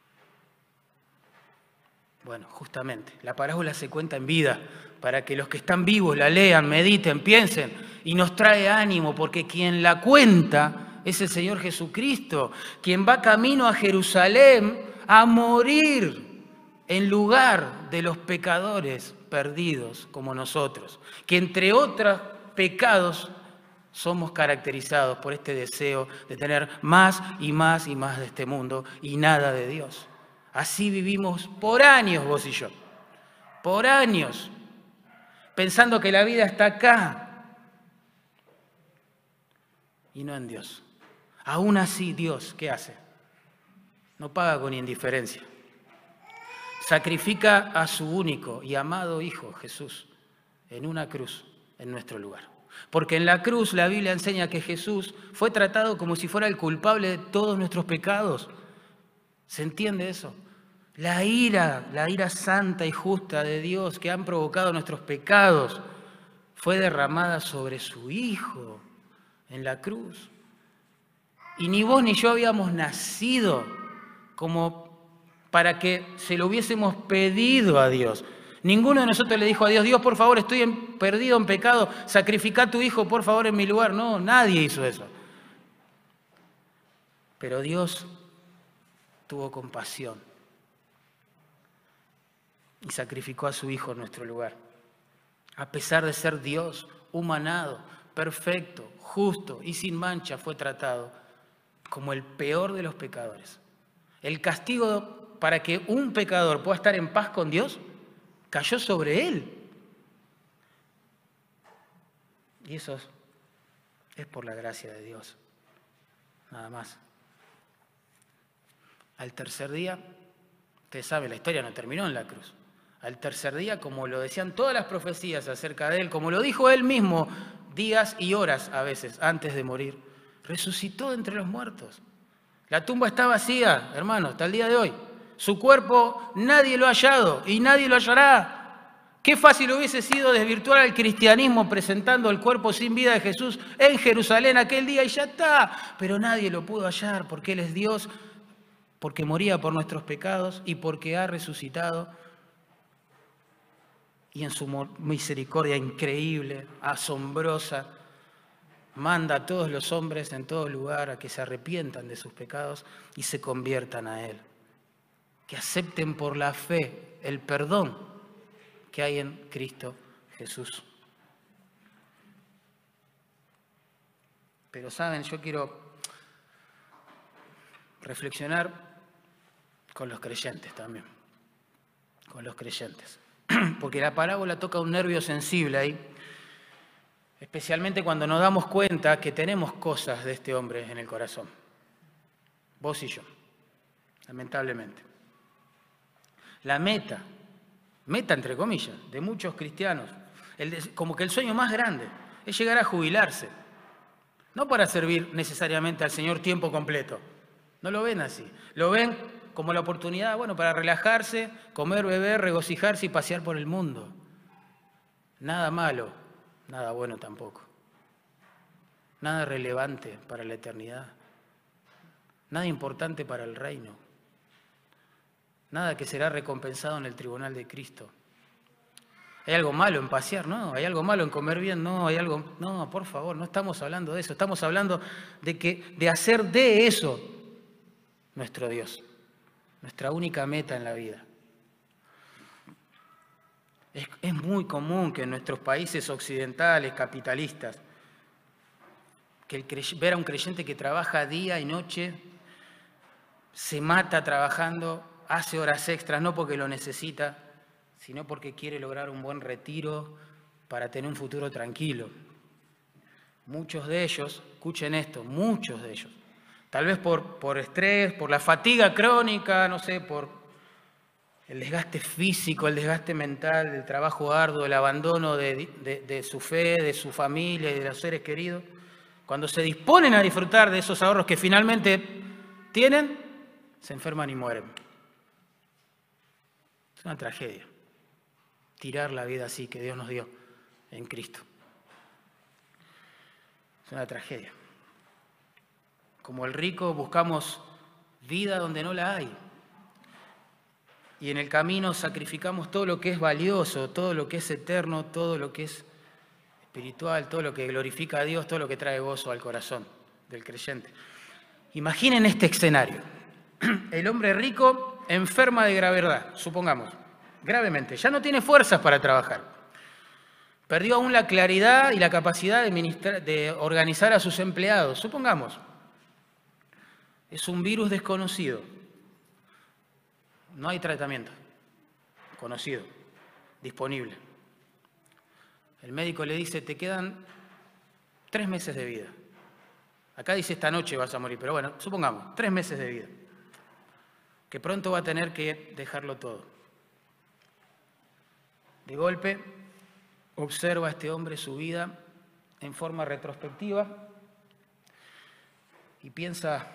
Bueno, justamente, la parábola se cuenta en vida, para que los que están vivos la lean, mediten, piensen, y nos trae ánimo, porque quien la cuenta es el Señor Jesucristo, quien va camino a Jerusalén a morir en lugar de los pecadores perdidos como nosotros, que entre otros pecados somos caracterizados por este deseo de tener más y más y más de este mundo y nada de Dios. Así vivimos por años vos y yo, por años, pensando que la vida está acá y no en Dios. Aún así, Dios, ¿qué hace? No paga con indiferencia. Sacrifica a su único y amado Hijo, Jesús, en una cruz, en nuestro lugar. Porque en la cruz la Biblia enseña que Jesús fue tratado como si fuera el culpable de todos nuestros pecados. ¿Se entiende eso? La ira, la ira santa y justa de Dios que han provocado nuestros pecados fue derramada sobre su Hijo en la cruz. Y ni vos ni yo habíamos nacido como para que se lo hubiésemos pedido a Dios. Ninguno de nosotros le dijo a Dios, Dios, por favor, estoy en, perdido en pecado, sacrifica a tu Hijo, por favor, en mi lugar. No, nadie hizo eso. Pero Dios tuvo compasión y sacrificó a su Hijo en nuestro lugar. A pesar de ser Dios, humanado, perfecto, justo y sin mancha, fue tratado como el peor de los pecadores. El castigo para que un pecador pueda estar en paz con Dios cayó sobre él. Y eso es por la gracia de Dios, nada más. Al tercer día, ustedes saben, la historia no terminó en la cruz. Al tercer día, como lo decían todas las profecías acerca de él, como lo dijo él mismo, días y horas a veces antes de morir, resucitó de entre los muertos. La tumba está vacía, hermano, hasta el día de hoy. Su cuerpo nadie lo ha hallado y nadie lo hallará. Qué fácil hubiese sido desvirtuar al cristianismo presentando el cuerpo sin vida de Jesús en Jerusalén aquel día y ya está. Pero nadie lo pudo hallar porque Él es Dios, porque moría por nuestros pecados y porque ha resucitado. Y en su misericordia increíble, asombrosa, manda a todos los hombres en todo lugar a que se arrepientan de sus pecados y se conviertan a Él. Que acepten por la fe el perdón que hay en Cristo Jesús. Pero saben, yo quiero reflexionar con los creyentes también, con los creyentes. Porque la parábola toca un nervio sensible ahí, especialmente cuando nos damos cuenta que tenemos cosas de este hombre en el corazón. Vos y yo, lamentablemente. La meta, meta entre comillas, de muchos cristianos, el de, como que el sueño más grande es llegar a jubilarse. No para servir necesariamente al Señor tiempo completo. No lo ven así. Lo ven como la oportunidad, bueno, para relajarse, comer, beber, regocijarse y pasear por el mundo. Nada malo, nada bueno tampoco. Nada relevante para la eternidad. Nada importante para el reino. Nada que será recompensado en el tribunal de Cristo. ¿Hay algo malo en pasear? No. ¿Hay algo malo en comer bien? No. ¿Hay algo? No, por favor, no estamos hablando de eso. Estamos hablando de, que, de hacer de eso nuestro Dios, nuestra única meta en la vida. Es, es muy común que en nuestros países occidentales, capitalistas, que el crey, ver a un creyente que trabaja día y noche, se mata trabajando, hace horas extras, no porque lo necesita, sino porque quiere lograr un buen retiro para tener un futuro tranquilo. Muchos de ellos, escuchen esto, muchos de ellos, tal vez por, por estrés, por la fatiga crónica, no sé, por el desgaste físico, el desgaste mental, el trabajo arduo, el abandono de, de, de su fe, de su familia y de los seres queridos, cuando se disponen a disfrutar de esos ahorros que finalmente tienen, se enferman y mueren. Es una tragedia tirar la vida así que Dios nos dio en Cristo. Es una tragedia. Como el rico buscamos vida donde no la hay. Y en el camino sacrificamos todo lo que es valioso, todo lo que es eterno, todo lo que es espiritual, todo lo que glorifica a Dios, todo lo que trae gozo al corazón del creyente. Imaginen este escenario. El hombre rico enferma de gravedad, supongamos, gravemente. Ya no tiene fuerzas para trabajar. Perdió aún la claridad y la capacidad de, ministrar, de organizar a sus empleados, supongamos. Es un virus desconocido. No hay tratamiento conocido, disponible. El médico le dice, te quedan tres meses de vida. Acá dice, esta noche vas a morir, pero bueno, supongamos, tres meses de vida. Que pronto va a tener que dejarlo todo. De golpe, observa a este hombre su vida en forma retrospectiva y piensa,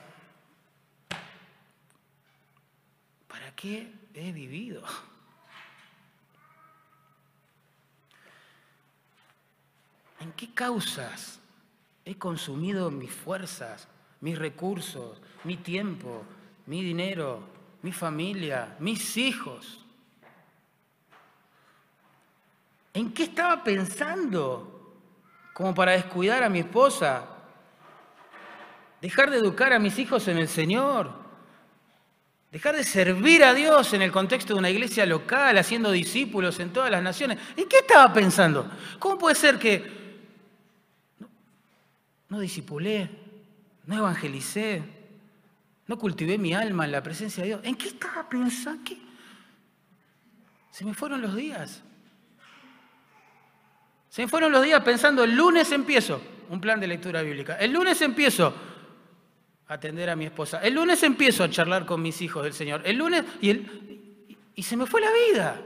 ¿para qué he vivido? ¿En qué causas he consumido mis fuerzas, mis recursos, mi tiempo, mi dinero, mi familia, mis hijos? ¿En qué estaba pensando como para descuidar a mi esposa? Dejar de educar a mis hijos en el Señor. Dejar de servir a Dios en el contexto de una iglesia local, haciendo discípulos en todas las naciones. ¿En qué estaba pensando? ¿Cómo puede ser que no, no discipulé, no evangelicé, no cultivé mi alma en la presencia de Dios? ¿En qué estaba pensando? ¿Qué? Se me fueron los días. Se me fueron los días pensando, el lunes empiezo un plan de lectura bíblica. El lunes empiezo a atender a mi esposa. El lunes empiezo a charlar con mis hijos del Señor. El lunes, y, el, y se me fue la vida.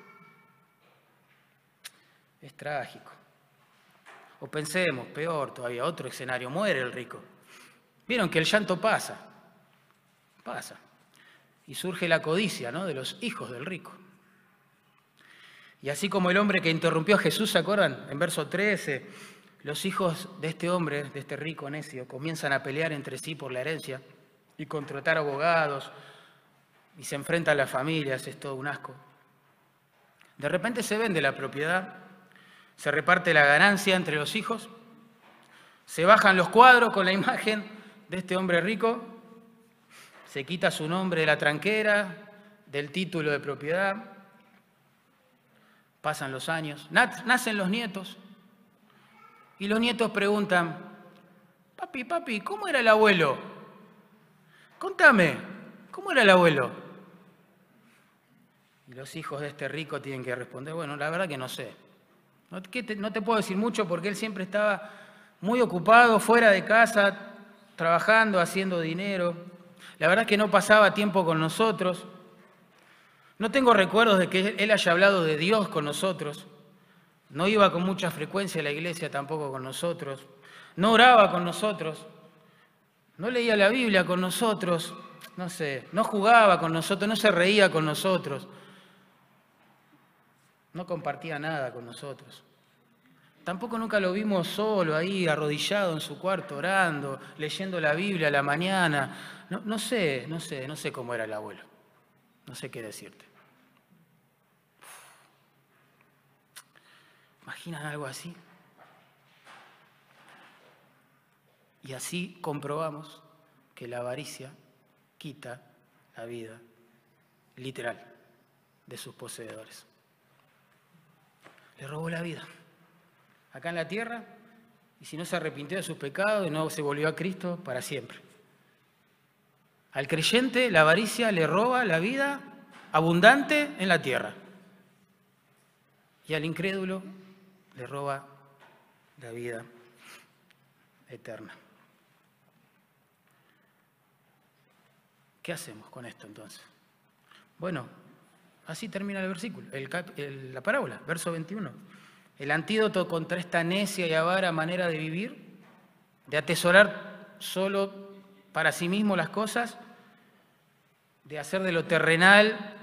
Es trágico. O pensemos, peor todavía, otro escenario, muere el rico. Vieron que el llanto pasa, pasa. Y surge la codicia, ¿no?, de los hijos del rico. Y así como el hombre que interrumpió a Jesús, ¿se acuerdan? En verso trece, los hijos de este hombre, de este rico necio, comienzan a pelear entre sí por la herencia y contratar abogados y se enfrentan las familias, es todo un asco. De repente se vende la propiedad, se reparte la ganancia entre los hijos, se bajan los cuadros con la imagen de este hombre rico, se quita su nombre de la tranquera, del título de propiedad. Pasan los años, nacen los nietos y los nietos preguntan, papi, papi, ¿cómo era el abuelo? Contame, ¿cómo era el abuelo? Y los hijos de este rico tienen que responder, bueno, la verdad que no sé. No te, no te puedo decir mucho porque él siempre estaba muy ocupado, fuera de casa, trabajando, haciendo dinero. La verdad es que no pasaba tiempo con nosotros. No tengo recuerdos de que él haya hablado de Dios con nosotros. No iba con mucha frecuencia a la iglesia tampoco con nosotros. No oraba con nosotros. No leía la Biblia con nosotros. No sé, no jugaba con nosotros, no se reía con nosotros. No compartía nada con nosotros. Tampoco nunca lo vimos solo ahí, arrodillado en su cuarto, orando, leyendo la Biblia a la mañana. No, no sé, no sé, no sé cómo era el abuelo. No sé qué decirte. ¿Imaginan algo así? Y así comprobamos que la avaricia quita la vida literal de sus poseedores. Le robó la vida acá en la tierra y si no se arrepintió de sus pecados y no se volvió a Cristo, para siempre. Al creyente la avaricia le roba la vida abundante en la tierra y al incrédulo le roba la vida eterna. ¿Qué hacemos con esto entonces? Bueno, así termina el versículo, el, el, la parábola, verso veintiuno. El antídoto contra esta necia y avara manera de vivir, de atesorar solo para sí mismo las cosas, de hacer de lo terrenal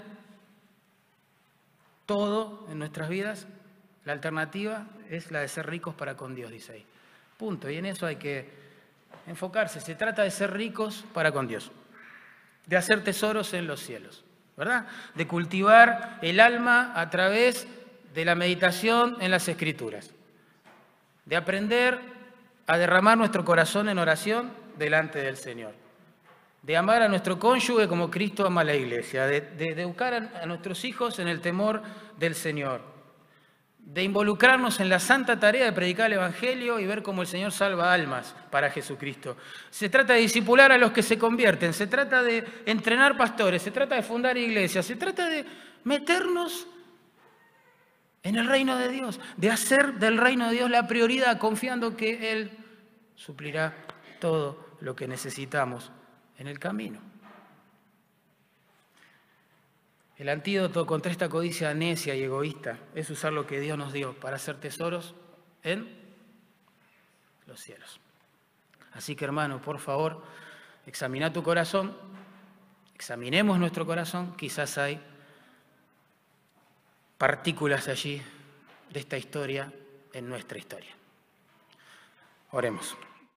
todo en nuestras vidas, la alternativa es la de ser ricos para con Dios, dice ahí. Punto. Y en eso hay que enfocarse, se trata de ser ricos para con Dios, de hacer tesoros en los cielos, ¿verdad? De cultivar el alma a través de la meditación en las Escrituras, de aprender a derramar nuestro corazón en oración delante del Señor, de amar a nuestro cónyuge como Cristo ama a la iglesia, de, de, de educar a, a nuestros hijos en el temor del Señor, de involucrarnos en la santa tarea de predicar el Evangelio y ver cómo el Señor salva almas para Jesucristo. Se trata de discipular a los que se convierten, se trata de entrenar pastores, se trata de fundar iglesias, se trata de meternos en el reino de Dios, de hacer del reino de Dios la prioridad, confiando que Él suplirá todo lo que necesitamos en el camino. El antídoto contra esta codicia necia y egoísta es usar lo que Dios nos dio para hacer tesoros en los cielos. Así que, hermano, por favor, examina tu corazón, examinemos nuestro corazón, quizás hay partículas allí de esta historia en nuestra historia. Oremos.